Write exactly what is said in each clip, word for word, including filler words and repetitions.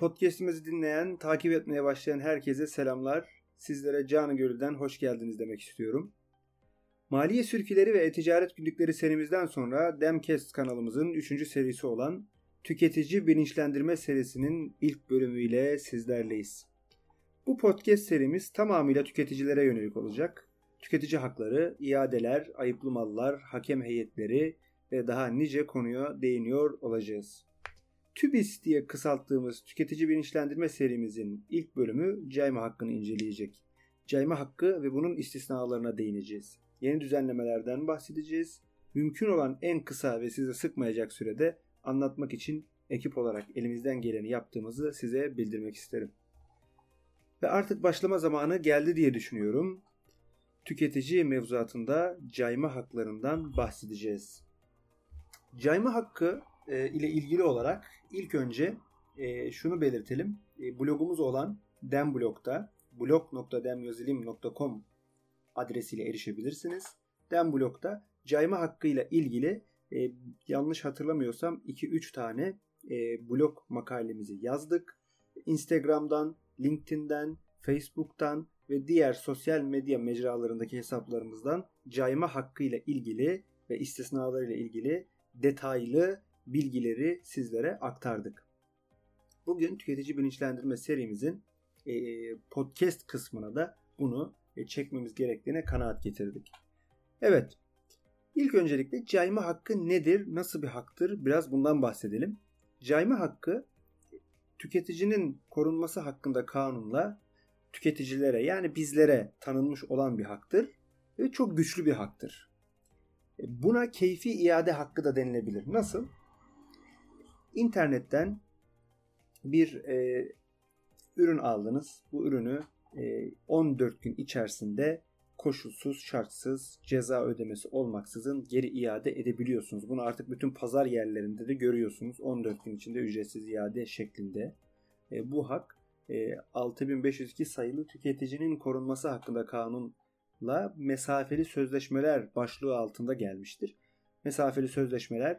Podcast'imizi dinleyen, takip etmeye başlayan herkese selamlar. Sizlere canı gönülden hoş geldiniz demek istiyorum. Maliye Sürküleri ve E-Ticaret Günlükleri serimizden sonra Demcast kanalımızın üçüncü serisi olan Tüketici Bilinçlendirme serisinin ilk bölümüyle sizlerleyiz. Bu podcast serimiz tamamıyla tüketicilere yönelik olacak. Tüketici hakları, iadeler, ayıplı mallar, hakem heyetleri ve daha nice konuya değiniyor olacağız. TÜBİS diye kısalttığımız tüketici bilinçlendirme serimizin ilk bölümü cayma hakkını inceleyecek. Cayma hakkı ve bunun istisnalarına değineceğiz. Yeni düzenlemelerden bahsedeceğiz. Mümkün olan en kısa ve sizi sıkmayacak sürede anlatmak için ekip olarak elimizden geleni yaptığımızı size bildirmek isterim. Ve artık başlama zamanı geldi diye düşünüyorum. Tüketici mevzuatında cayma haklarından bahsedeceğiz. Cayma hakkı e, ile ilgili olarak ilk önce e, şunu belirtelim. E, blogumuz olan Demblog'da blog nokta demyozilim nokta com adresiyle erişebilirsiniz. Demblog'da cayma hakkı ile ilgili e, yanlış hatırlamıyorsam iki üç tane e, blog makalemizi yazdık. Instagram'dan, LinkedIn'den, Facebook'tan ve diğer sosyal medya mecralarındaki hesaplarımızdan cayma hakkı ile ilgili ve istisnaları ile ilgili detaylı bilgileri sizlere aktardık. Bugün tüketici bilinçlendirme serimizin e, podcast kısmına da bunu e, çekmemiz gerektiğine kanaat getirdik. Evet, ilk öncelikle cayma hakkı nedir, nasıl bir haktır biraz bundan bahsedelim. Cayma hakkı tüketicinin korunması hakkında kanunla tüketicilere yani bizlere tanınmış olan bir haktır ve çok güçlü bir haktır. Buna keyfi iade hakkı da denilebilir. Nasıl? İnternetten bir e, ürün aldınız. Bu ürünü e, on dört gün içerisinde koşulsuz, şartsız, ceza ödemesi olmaksızın geri iade edebiliyorsunuz. Bunu artık bütün pazar yerlerinde de görüyorsunuz. on dört gün içinde ücretsiz iade şeklinde. E, bu hak e, altı bin beş yüz iki sayılı tüketicinin korunması hakkında kanunla mesafeli sözleşmeler başlığı altında gelmiştir. Mesafeli sözleşmeler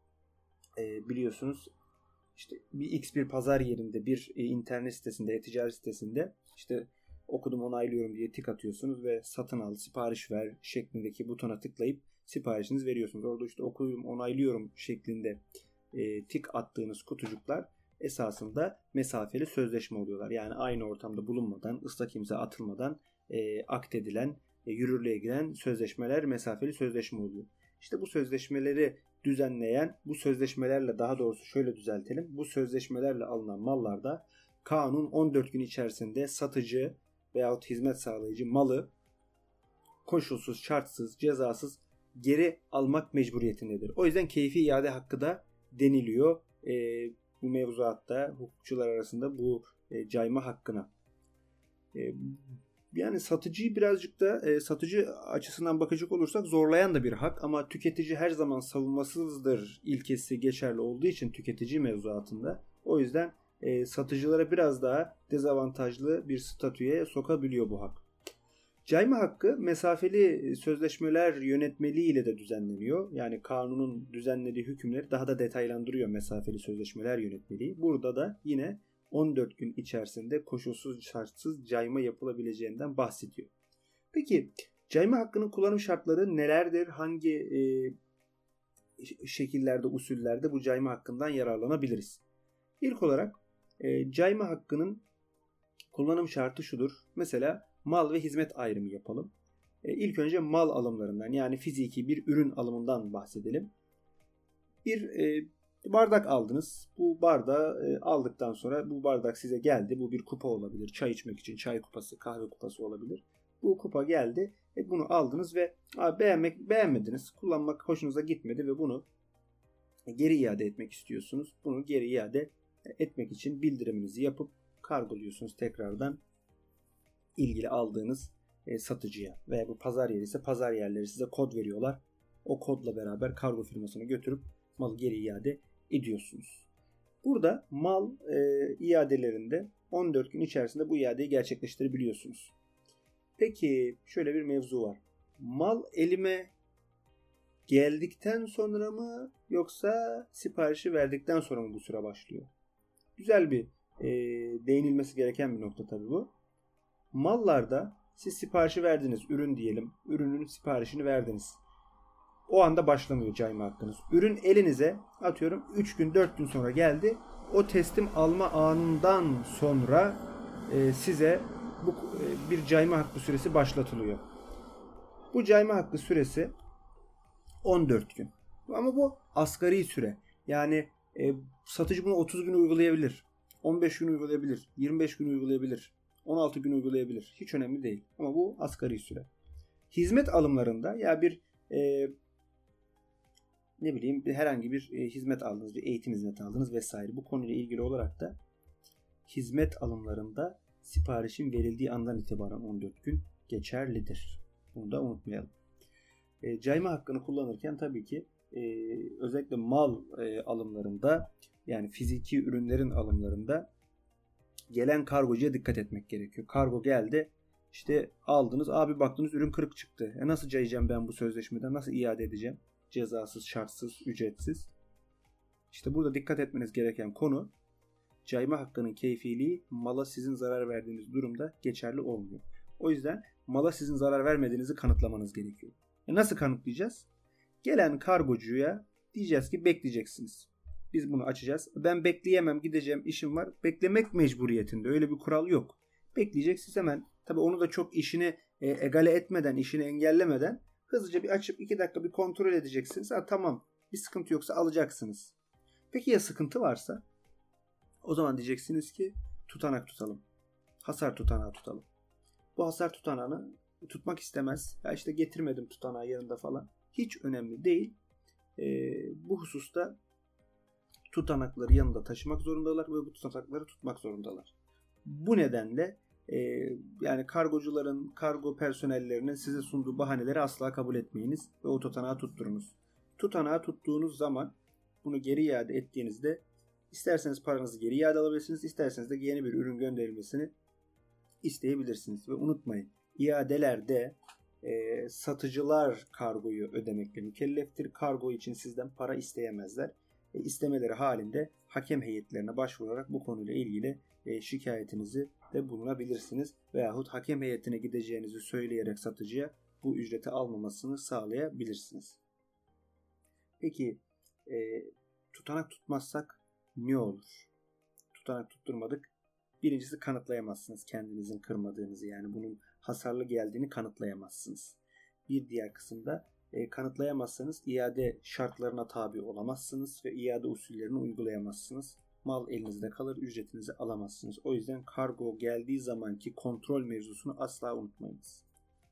e, biliyorsunuz işte bir X bir pazar yerinde bir e, internet sitesinde, e-ticaret sitesinde işte okudum onaylıyorum diye tik atıyorsunuz ve satın al, sipariş ver şeklindeki butona tıklayıp siparişinizi veriyorsunuz. Orada işte okudum onaylıyorum şeklinde e, tik attığınız kutucuklar esasında mesafeli sözleşme oluyorlar. Yani aynı ortamda bulunmadan, ıslak imza atılmadan e, akdedilen, e, yürürlüğe giren sözleşmeler mesafeli sözleşme oluyor. İşte bu sözleşmeleri düzenleyen, bu sözleşmelerle daha doğrusu şöyle düzeltelim. Bu sözleşmelerle alınan mallarda kanun on dört gün içerisinde satıcı veyahut hizmet sağlayıcı malı koşulsuz, şartsız, cezasız geri almak mecburiyetindedir. O yüzden keyfi iade hakkı da deniliyor. E, bu mevzuatta hukukçular arasında bu e, cayma hakkına. E, yani satıcıyı birazcık da e, satıcı açısından bakacak olursak zorlayan da bir hak ama tüketici her zaman savunmasızdır ilkesi geçerli olduğu için tüketici mevzuatında. O yüzden e, satıcılara biraz daha dezavantajlı bir statüye sokabiliyor bu hak. Cayma hakkı mesafeli sözleşmeler yönetmeliği ile de düzenleniyor. Yani kanunun düzenlediği hükümleri daha da detaylandırıyor mesafeli sözleşmeler yönetmeliği. Burada da yine on dört gün içerisinde koşulsuz şartsız cayma yapılabileceğinden bahsediyor. Peki cayma hakkının kullanım şartları nelerdir? Hangi e, şekillerde, usullerde bu cayma hakkından yararlanabiliriz? İlk olarak e, cayma hakkının kullanım şartı şudur. Mesela mal ve hizmet ayrımı yapalım. E, ilk önce mal alımlarından yani fiziki bir ürün alımından bahsedelim. Bir e, bardak aldınız. Bu bardağı e, aldıktan sonra bu bardak size geldi. Bu bir kupa olabilir. Çay içmek için çay kupası, kahve kupası olabilir. Bu kupa geldi. E, bunu aldınız ve a, beğenmek beğenmediniz. Kullanmak hoşunuza gitmedi ve bunu geri iade etmek istiyorsunuz. Bunu geri iade etmek için bildiriminizi yapıp kargoluyorsunuz tekrardan ilgili aldığınız e, satıcıya veya bu pazar yeri ise pazar yerleri size kod veriyorlar. O kodla beraber kargo firmasına götürüp malı geri iade ediyorsunuz. Burada mal e, iadelerinde on dört gün içerisinde bu iadeyi gerçekleştirebiliyorsunuz. Peki şöyle bir mevzu var. Mal elime geldikten sonra mı yoksa siparişi verdikten sonra mı bu süre başlıyor? Güzel bir e, değinilmesi gereken bir nokta tabii bu. Mallarda siz siparişi verdiniz. Ürün diyelim. Ürünün siparişini verdiniz. O anda başlamıyor cayma hakkınız. Ürün elinize atıyorum üç gün dört gün sonra geldi. O teslim alma anından sonra e, size bu e, bir cayma hakkı süresi başlatılıyor. Bu cayma hakkı süresi on dört gün. Ama bu asgari süre. Yani e, satıcı bunu otuz gün uygulayabilir. on beş gün uygulayabilir. yirmi beş gün uygulayabilir. on altı gün uygulayabilir. Hiç önemli değil. Ama bu asgari süre. Hizmet alımlarında ya bir e, ne bileyim herhangi bir e, hizmet aldınız, bir eğitim hizmeti aldınız vesaire. Bu konuyla ilgili olarak da hizmet alımlarında siparişin verildiği andan itibaren on dört gün geçerlidir. Bunu da unutmayalım. E, cayma hakkını kullanırken tabii ki e, özellikle mal e, alımlarında yani fiziki ürünlerin alımlarında gelen kargocuya dikkat etmek gerekiyor. Kargo geldi, işte aldınız, abi baktınız ürün kırık çıktı. E nasıl cayacağım ben bu sözleşmeden? Nasıl iade edeceğim? Cezasız, şartsız, ücretsiz. İşte burada dikkat etmeniz gereken konu cayma hakkının keyfiliği mala sizin zarar verdiğiniz durumda geçerli olmuyor. O yüzden mala sizin zarar vermediğinizi kanıtlamanız gerekiyor. E nasıl kanıtlayacağız? Gelen kargocuya diyeceğiz ki bekleyeceksiniz. Biz bunu açacağız. Ben bekleyemem, gideceğim, işim var. Beklemek mecburiyetinde. Öyle bir kural yok. Bekleyeceksiniz hemen. Tabii onu da çok işini e, egale etmeden, işini engellemeden hızlıca bir açıp iki dakika bir kontrol edeceksiniz. Ha, tamam, bir sıkıntı yoksa alacaksınız. Peki ya sıkıntı varsa? O zaman diyeceksiniz ki tutanak tutalım. Hasar tutanağı tutalım. Bu hasar tutanağını tutmak istemez. Ya işte getirmedim tutanağı yanında falan. Hiç önemli değil. E, bu hususta tutanakları yanında taşımak zorundalar ve bu tutanakları tutmak zorundalar. Bu nedenle e, yani kargocuların, kargo personellerinin size sunduğu bahaneleri asla kabul etmeyiniz ve o tutanağı tutturunuz. Tutanağı tuttuğunuz zaman bunu geri iade ettiğinizde isterseniz paranızı geri iade alabilirsiniz, isterseniz de yeni bir ürün gönderilmesini isteyebilirsiniz. Ve unutmayın, iadelerde e, satıcılar kargoyu ödemekle mükelleftir. Kargo için sizden para isteyemezler. E, istemeleri halinde hakem heyetlerine başvurarak bu konuyla ilgili e, şikayetinizi de bulunabilirsiniz. Veyahut hakem heyetine gideceğinizi söyleyerek satıcıya bu ücreti almamasını sağlayabilirsiniz. Peki e, tutanak tutmazsak ne olur? Tutanak tutturmadık. Birincisi kanıtlayamazsınız kendinizin kırmadığınızı, yani bunun hasarlı geldiğini kanıtlayamazsınız. Bir diğer kısımda e, kanıtlayamazsanız iade şartlarına tabi olamazsınız ve iade usullerini uygulayamazsınız. Mal elinizde kalır, ücretinizi alamazsınız. O yüzden kargo geldiği zamanki kontrol mevzusunu asla unutmayınız.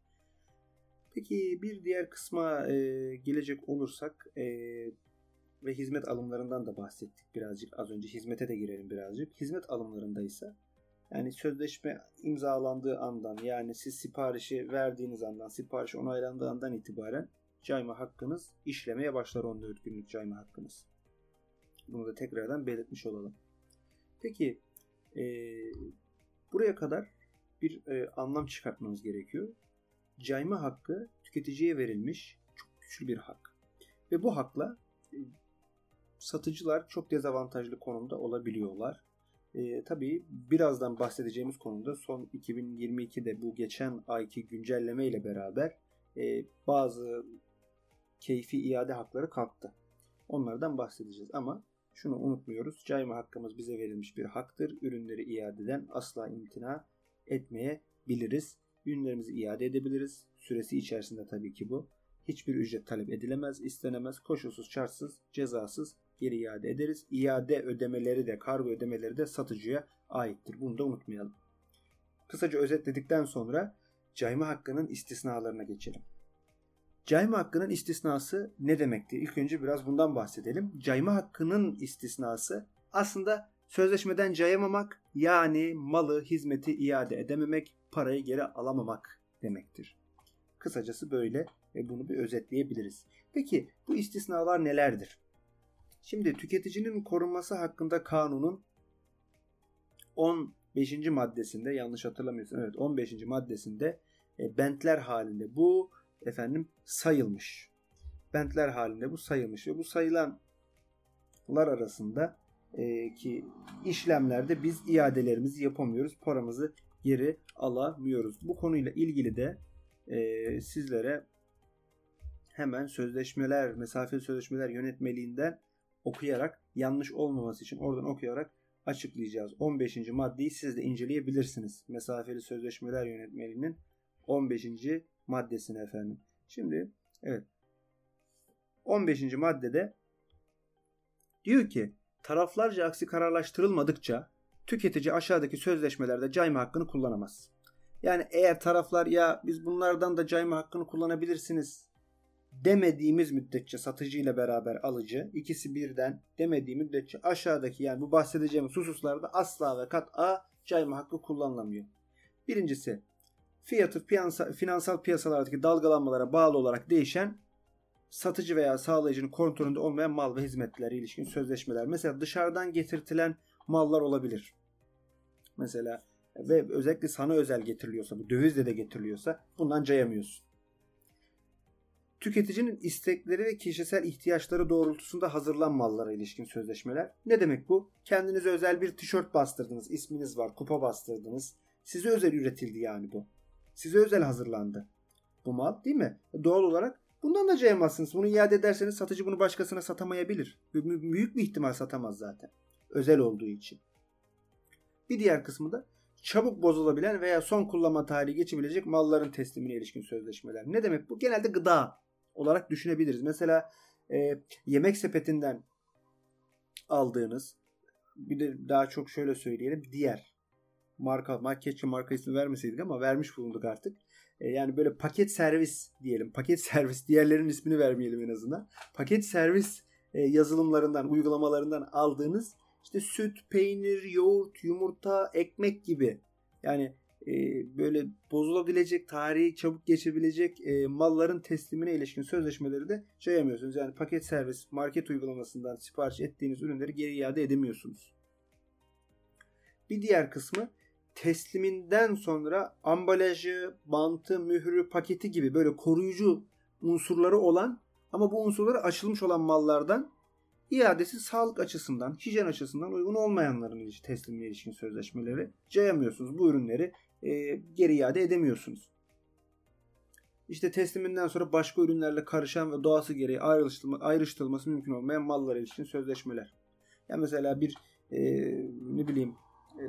Peki bir diğer kısma e, gelecek olursak e, ve hizmet alımlarından da bahsettik birazcık. Az önce hizmete de girelim birazcık. Hizmet alımlarında ise yani sözleşme imzalandığı andan, yani siz siparişi verdiğiniz andan, sipariş onaylandığı andan itibaren cayma hakkınız işlemeye başlar, on dört günlük cayma hakkınız. Bunu da tekrardan belirtmiş olalım. Peki e, buraya kadar bir e, anlam çıkartmamız gerekiyor. Cayma hakkı tüketiciye verilmiş çok güçlü bir hak. Ve bu hakla e, satıcılar çok dezavantajlı konumda olabiliyorlar. E, tabii birazdan bahsedeceğimiz konuda son iki bin yirmi ikide bu geçen ayki güncelleme ile beraber e, bazı keyfi iade hakları kalktı. Onlardan bahsedeceğiz ama şunu unutmuyoruz. Cayma hakkımız bize verilmiş bir haktır. Ürünleri iadeden asla imtina etmeyebiliriz. Ürünlerimizi iade edebiliriz. Süresi içerisinde tabii ki bu. Hiçbir ücret talep edilemez, istenemez, koşulsuz, şartsız, cezasız geri iade ederiz. İade ödemeleri de, kargo ödemeleri de satıcıya aittir. Bunu da unutmayalım. Kısaca özetledikten sonra cayma hakkının istisnalarına geçelim. Cayma hakkının istisnası ne demekti? İlk önce biraz bundan bahsedelim. Cayma hakkının istisnası aslında sözleşmeden cayamamak, yani malı, hizmeti iade edememek, parayı geri alamamak demektir. Kısacası böyle ve bunu bir özetleyebiliriz. Peki bu istisnalar nelerdir? Şimdi tüketicinin korunması hakkında kanunun on beşinci maddesinde, yanlış hatırlamıyorsam evet on beşinci maddesinde e, bentler halinde bu efendim sayılmış. Bentler halinde bu sayılmış ve bu sayılanlar arasında e, ki işlemlerde biz iadelerimizi yapamıyoruz. Paramızı geri alamıyoruz. Bu konuyla ilgili de e, sizlere hemen sözleşmeler, mesafeli sözleşmeler yönetmeliğinden okuyarak, yanlış olmaması için oradan okuyarak açıklayacağız. on beşinci maddeyi siz de inceleyebilirsiniz. Mesafeli sözleşmeler yönetmeliğinin on beşinci maddesini efendim. Şimdi evet. on beşinci maddede diyor ki taraflarca aksi kararlaştırılmadıkça tüketici aşağıdaki sözleşmelerde cayma hakkını kullanamaz. Yani eğer taraflar ya biz bunlardan da cayma hakkını kullanabilirsiniz demediğimiz müddetçe, satıcı ile beraber alıcı ikisi birden demediği müddetçe aşağıdaki, yani bu bahsedeceğimiz hususlarda asla ve kat'a cayma hakkı kullanılamıyor. Birincisi, fiyatı piyasa, finansal piyasalardaki dalgalanmalara bağlı olarak değişen, satıcı veya sağlayıcının kontrolünde olmayan mal ve hizmetlere ilişkin sözleşmeler. Mesela dışarıdan getirtilen mallar olabilir. Mesela ve özellikle sana özel getiriliyorsa, bu dövizle de getiriliyorsa bundan cayamıyorsun. Tüketicinin istekleri ve kişisel ihtiyaçları doğrultusunda hazırlanan mallara ilişkin sözleşmeler. Ne demek bu? Kendinize özel bir tişört bastırdınız, isminiz var, kupa bastırdınız. Size özel üretildi yani bu. Size özel hazırlandı bu mal, değil mi? Doğal olarak bundan da cayamazsınız. Bunu iade ederseniz satıcı bunu başkasına satamayabilir. Büyük bir ihtimal satamaz zaten. Özel olduğu için. Bir diğer kısmı da çabuk bozulabilen veya son kullanma tarihi geçebilecek malların teslimine ilişkin sözleşmeler. Ne demek bu? Genelde gıda olarak düşünebiliriz. Mesela e, yemek sepetinden aldığınız, bir de daha çok şöyle söyleyelim, diğer marka, keşke marka ismi vermeseydik ama vermiş bulunduk artık. E, yani böyle paket servis diyelim. Paket servis, diğerlerinin ismini vermeyelim en azından. Paket servis e, yazılımlarından, uygulamalarından aldığınız işte süt, peynir, yoğurt, yumurta, ekmek gibi, yani e, böyle bozulabilecek, tarihi çabuk geçebilecek e, malların teslimine ilişkin sözleşmeleri de cayamıyorsunuz. Yani paket servis, market uygulamasından sipariş ettiğiniz ürünleri geri iade edemiyorsunuz. Bir diğer kısmı, tesliminden sonra ambalajı, bantı, mührü, paketi gibi böyle koruyucu unsurları olan ama bu unsurları aşılmış olan mallardan iadesi sağlık açısından, hijyen açısından uygun olmayanların teslimine ilişkin sözleşmeleri cayamıyorsunuz. Bu ürünleri e, geri iade edemiyorsunuz. İşte tesliminden sonra başka ürünlerle karışan ve doğası gereği ayrıştırılma, ayrıştırılması mümkün olmayan mallara ilişkin sözleşmeler. Yani mesela bir e, ne bileyim e,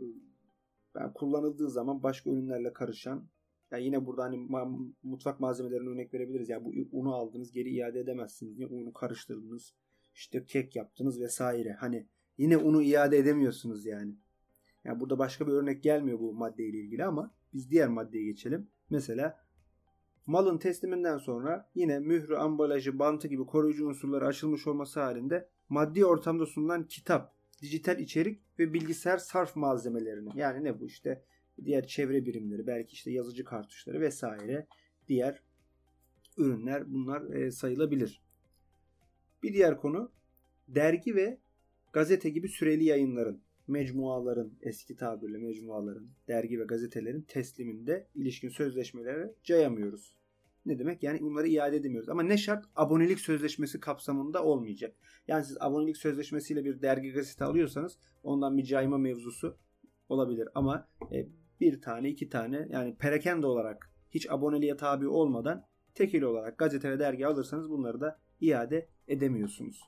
yani kullanıldığı zaman başka ürünlerle karışan, yani yine burada hani ma- mutfak malzemelerine örnek verebiliriz. Yani bu unu aldınız, geri iade edemezsiniz diye unu karıştırdınız. İşte kek yaptınız vesaire. Hani yine unu iade edemiyorsunuz yani. Yani burada başka bir örnek gelmiyor bu maddeyle ilgili ama biz diğer maddeye geçelim. Mesela malın tesliminden sonra yine mührü, ambalajı, bantı gibi koruyucu unsurları aşılmış olması halinde maddi ortamda sunulan kitap, dijital içerik ve bilgisayar sarf malzemelerini, yani ne bu işte diğer çevre birimleri, belki işte yazıcı kartuşları vesaire diğer ürünler, bunlar e, sayılabilir. Bir diğer konu, dergi ve gazete gibi süreli yayınların, mecmuaların, eski tabirle mecmuaların, dergi ve gazetelerin tesliminde ilişkin sözleşmelere cayamıyoruz. Ne demek? Yani bunları iade edemiyoruz. Ama ne şart? Abonelik sözleşmesi kapsamında olmayacak. Yani siz abonelik sözleşmesiyle bir dergi, gazete alıyorsanız ondan bir cayma mevzusu olabilir. Ama e, bir tane, iki tane, yani perakende olarak hiç aboneliğe tabi olmadan tekil olarak gazete ve dergi alırsanız bunları da iade edemiyorsunuz.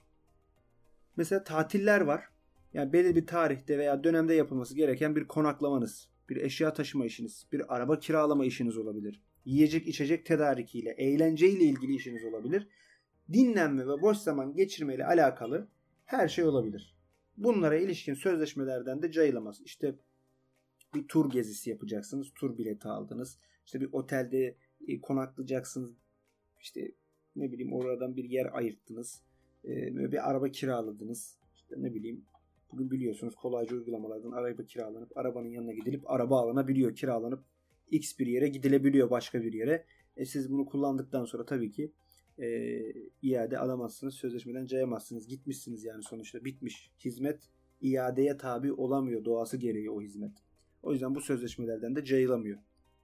Mesela tatiller var. Yani belirli bir tarihte veya dönemde yapılması gereken bir konaklamanız, bir eşya taşıma işiniz, bir araba kiralama işiniz olabilir. Yiyecek içecek tedarikiyle, eğlenceyle ilgili işiniz olabilir. Dinlenme ve boş zaman geçirmeyle alakalı her şey olabilir. Bunlara ilişkin sözleşmelerden de cayılamaz. İşte bir tur gezisi yapacaksınız, tur bileti aldınız. İşte bir otelde konaklayacaksınız. İşte ne bileyim oradan bir yer ayırttınız. Ee, bir araba kiraladınız. İşte ne bileyim, bugün biliyorsunuz kolayca uygulamalardan araba kiralanıp arabanın yanına gidilip araba alınabiliyor. Kiralanıp X bir yere gidilebiliyor, başka bir yere. E siz bunu kullandıktan sonra tabii ki e, iade alamazsınız. Sözleşmeden cayamazsınız. Gitmişsiniz yani, sonuçta bitmiş. Hizmet iadeye tabi olamıyor. Doğası gereği o hizmet. O yüzden bu sözleşmelerden de cayılamıyor.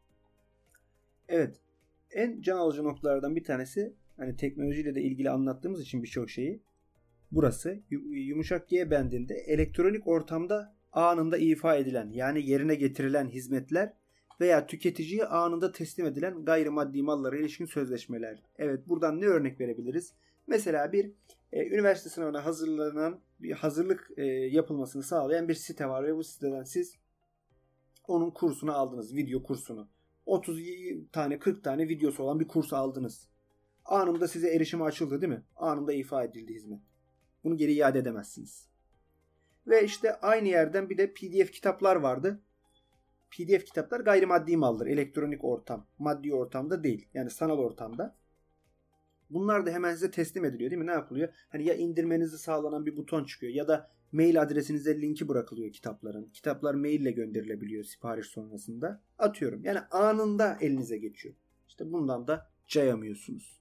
Evet. En can alıcı noktalardan bir tanesi, hani teknolojiyle de ilgili anlattığımız için birçok şeyi, burası. Yumuşak G bendinde elektronik ortamda anında ifa edilen, yani yerine getirilen hizmetler veya tüketiciye anında teslim edilen gayrimaddi mallara ilişkin sözleşmeler. Evet, buradan ne örnek verebiliriz? Mesela bir e, üniversite sınavına hazırlanan bir hazırlık e, yapılmasını sağlayan bir site var ve bu siteden siz onun kursunu aldınız, video kursunu. otuz tane kırk tane videosu olan bir kurs aldınız. Anında size erişime açıldı değil mi? Anında ifa edildi hizmet. Bunu geri iade edemezsiniz. Ve işte aynı yerden bir de P D F kitaplar vardı. P D F kitaplar gayrimaddi maldır. Elektronik ortam. Maddi ortamda değil. Yani sanal ortamda. Bunlar da hemen size teslim ediliyor değil mi? Ne yapılıyor? Hani ya indirmenizi sağlanan bir buton çıkıyor ya da mail adresinize linki bırakılıyor kitapların. Kitaplar maille gönderilebiliyor sipariş sonrasında. Atıyorum. Yani anında elinize geçiyor. İşte bundan da cayamıyorsunuz.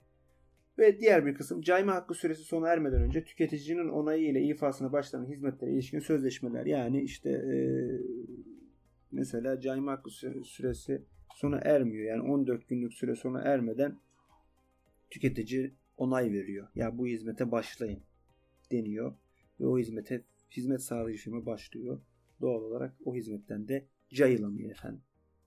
Ve diğer bir kısım, cayma hakkı süresi sona ermeden önce tüketicinin onayı ile ifasına başlanan hizmetlere ilişkin sözleşmeler. Yani işte ee, mesela cayma hakkı süresi sona ermiyor. Yani on dört günlük süre sona ermeden tüketici onay veriyor. Ya bu hizmete başlayın deniyor ve o hizmete hizmet sağlayıcı firma başlıyor. Doğal olarak o hizmetten de cayılamıyor efendim.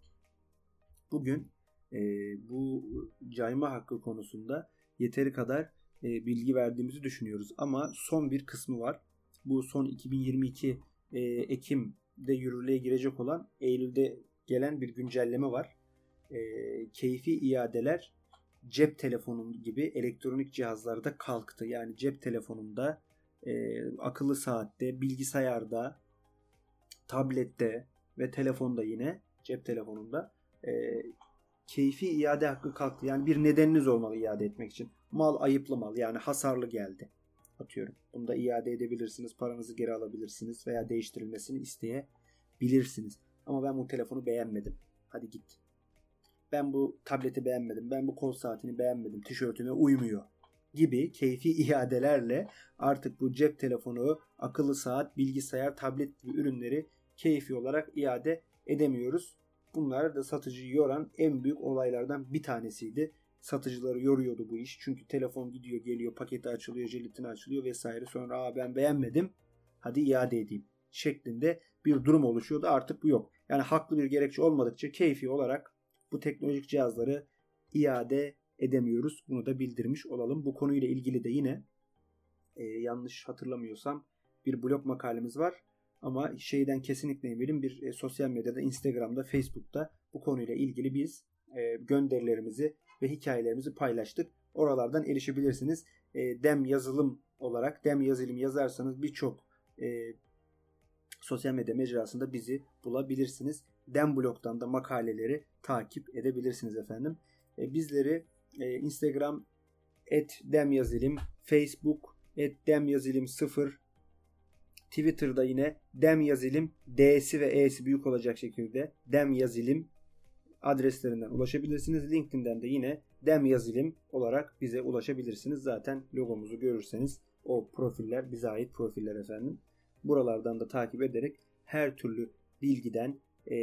Bugün e, bu cayma hakkı konusunda yeteri kadar e, bilgi verdiğimizi düşünüyoruz. Ama son bir kısmı var. Bu son iki bin yirmi iki e, Ekim'de yürürlüğe girecek olan, Eylül'de gelen bir güncelleme var. E, keyfi iadeler cep telefonu gibi elektronik cihazlarda kalktı. Yani cep telefonunda, e, akıllı saatte, bilgisayarda, tablette ve telefonda, yine cep telefonunda e, keyfi iade hakkı kalktı. Yani bir nedeniniz olmalı iade etmek için. Mal ayıplı mal, yani hasarlı geldi. Atıyorum. Bunu da iade edebilirsiniz. Paranızı geri alabilirsiniz veya değiştirilmesini isteyebilirsiniz. Ama ben bu telefonu beğenmedim. Hadi git. Ben bu tableti beğenmedim. Ben bu kol saatini beğenmedim. Tişörtüme uymuyor gibi keyfi iadelerle artık bu cep telefonu, akıllı saat, bilgisayar, tablet gibi ürünleri keyfi olarak iade edemiyoruz. Bunlar da satıcıyı yoran en büyük olaylardan bir tanesiydi. Satıcıları yoruyordu bu iş. Çünkü telefon gidiyor geliyor, paketi açılıyor, jelatini açılıyor vesaire. Sonra aa ben beğenmedim, hadi iade edeyim şeklinde bir durum oluşuyordu. Artık bu yok. Yani haklı bir gerekçe olmadıkça keyfi olarak bu teknolojik cihazları iade edemiyoruz. Bunu da bildirmiş olalım. Bu konuyla ilgili de yine e, yanlış hatırlamıyorsam bir blog makalemiz var. Ama şeyden kesinlikle eminim, bir e, sosyal medyada, Instagram'da, Facebook'ta bu konuyla ilgili biz e, gönderilerimizi ve hikayelerimizi paylaştık. Oralardan erişebilirsiniz. E, Dem yazılım olarak, Dem yazılım yazarsanız birçok e, sosyal medya mecrasında bizi bulabilirsiniz. Dem blog'dan da makaleleri takip edebilirsiniz efendim. E, bizleri e, Instagram et demyazilim, Facebook et demyazilim sıfır, Twitter'da yine demyazilim, D'si ve E'si büyük olacak şekilde demyazilim adreslerinden ulaşabilirsiniz. LinkedIn'den de yine demyazilim olarak bize ulaşabilirsiniz. Zaten logomuzu görürseniz o profiller bize ait profiller efendim. Buralardan da takip ederek her türlü bilgiden e,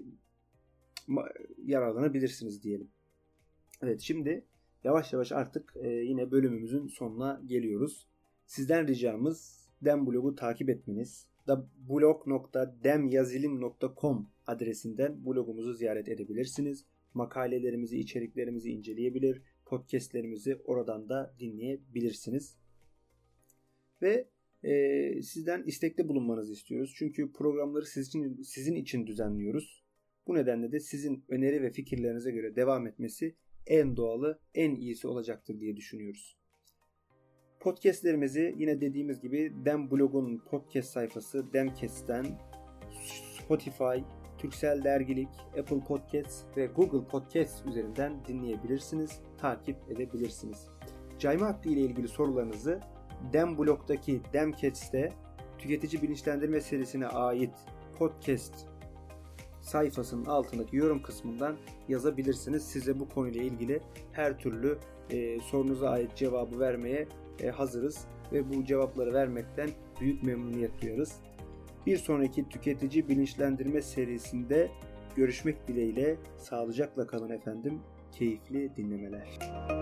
yararlanabilirsiniz diyelim. Evet, şimdi yavaş yavaş artık e, yine bölümümüzün sonuna geliyoruz. Sizden ricamız Dem Blog'u takip etmeniz. Da blog nokta demyazilim nokta com adresinden blogumuzu ziyaret edebilirsiniz. Makalelerimizi, içeriklerimizi inceleyebilir, podcastlerimizi oradan da dinleyebilirsiniz. Ve e, sizden istekte bulunmanızı istiyoruz. Çünkü programları sizin, sizin için düzenliyoruz. Bu nedenle de sizin öneri ve fikirlerinize göre devam etmesi en doğalı, en iyisi olacaktır diye düşünüyoruz. Podcastlerimizi yine dediğimiz gibi Dem Blog'un podcast sayfası Demcast'ten, Spotify, Turkcell Dergilik, Apple Podcast ve Google Podcast üzerinden dinleyebilirsiniz, takip edebilirsiniz. Cayma hakkı ile ilgili sorularınızı Dem Blog'daki Demcast'te tüketici bilinçlendirme serisine ait podcast sayfasının altındaki yorum kısmından yazabilirsiniz. Size bu konuyla ilgili her türlü e, sorunuza ait cevabı vermeye e, hazırız ve bu cevapları vermekten büyük memnuniyet duyarız. Bir sonraki tüketici bilinçlendirme serisinde görüşmek dileğiyle, sağlıcakla kalın efendim. Keyifli dinlemeler.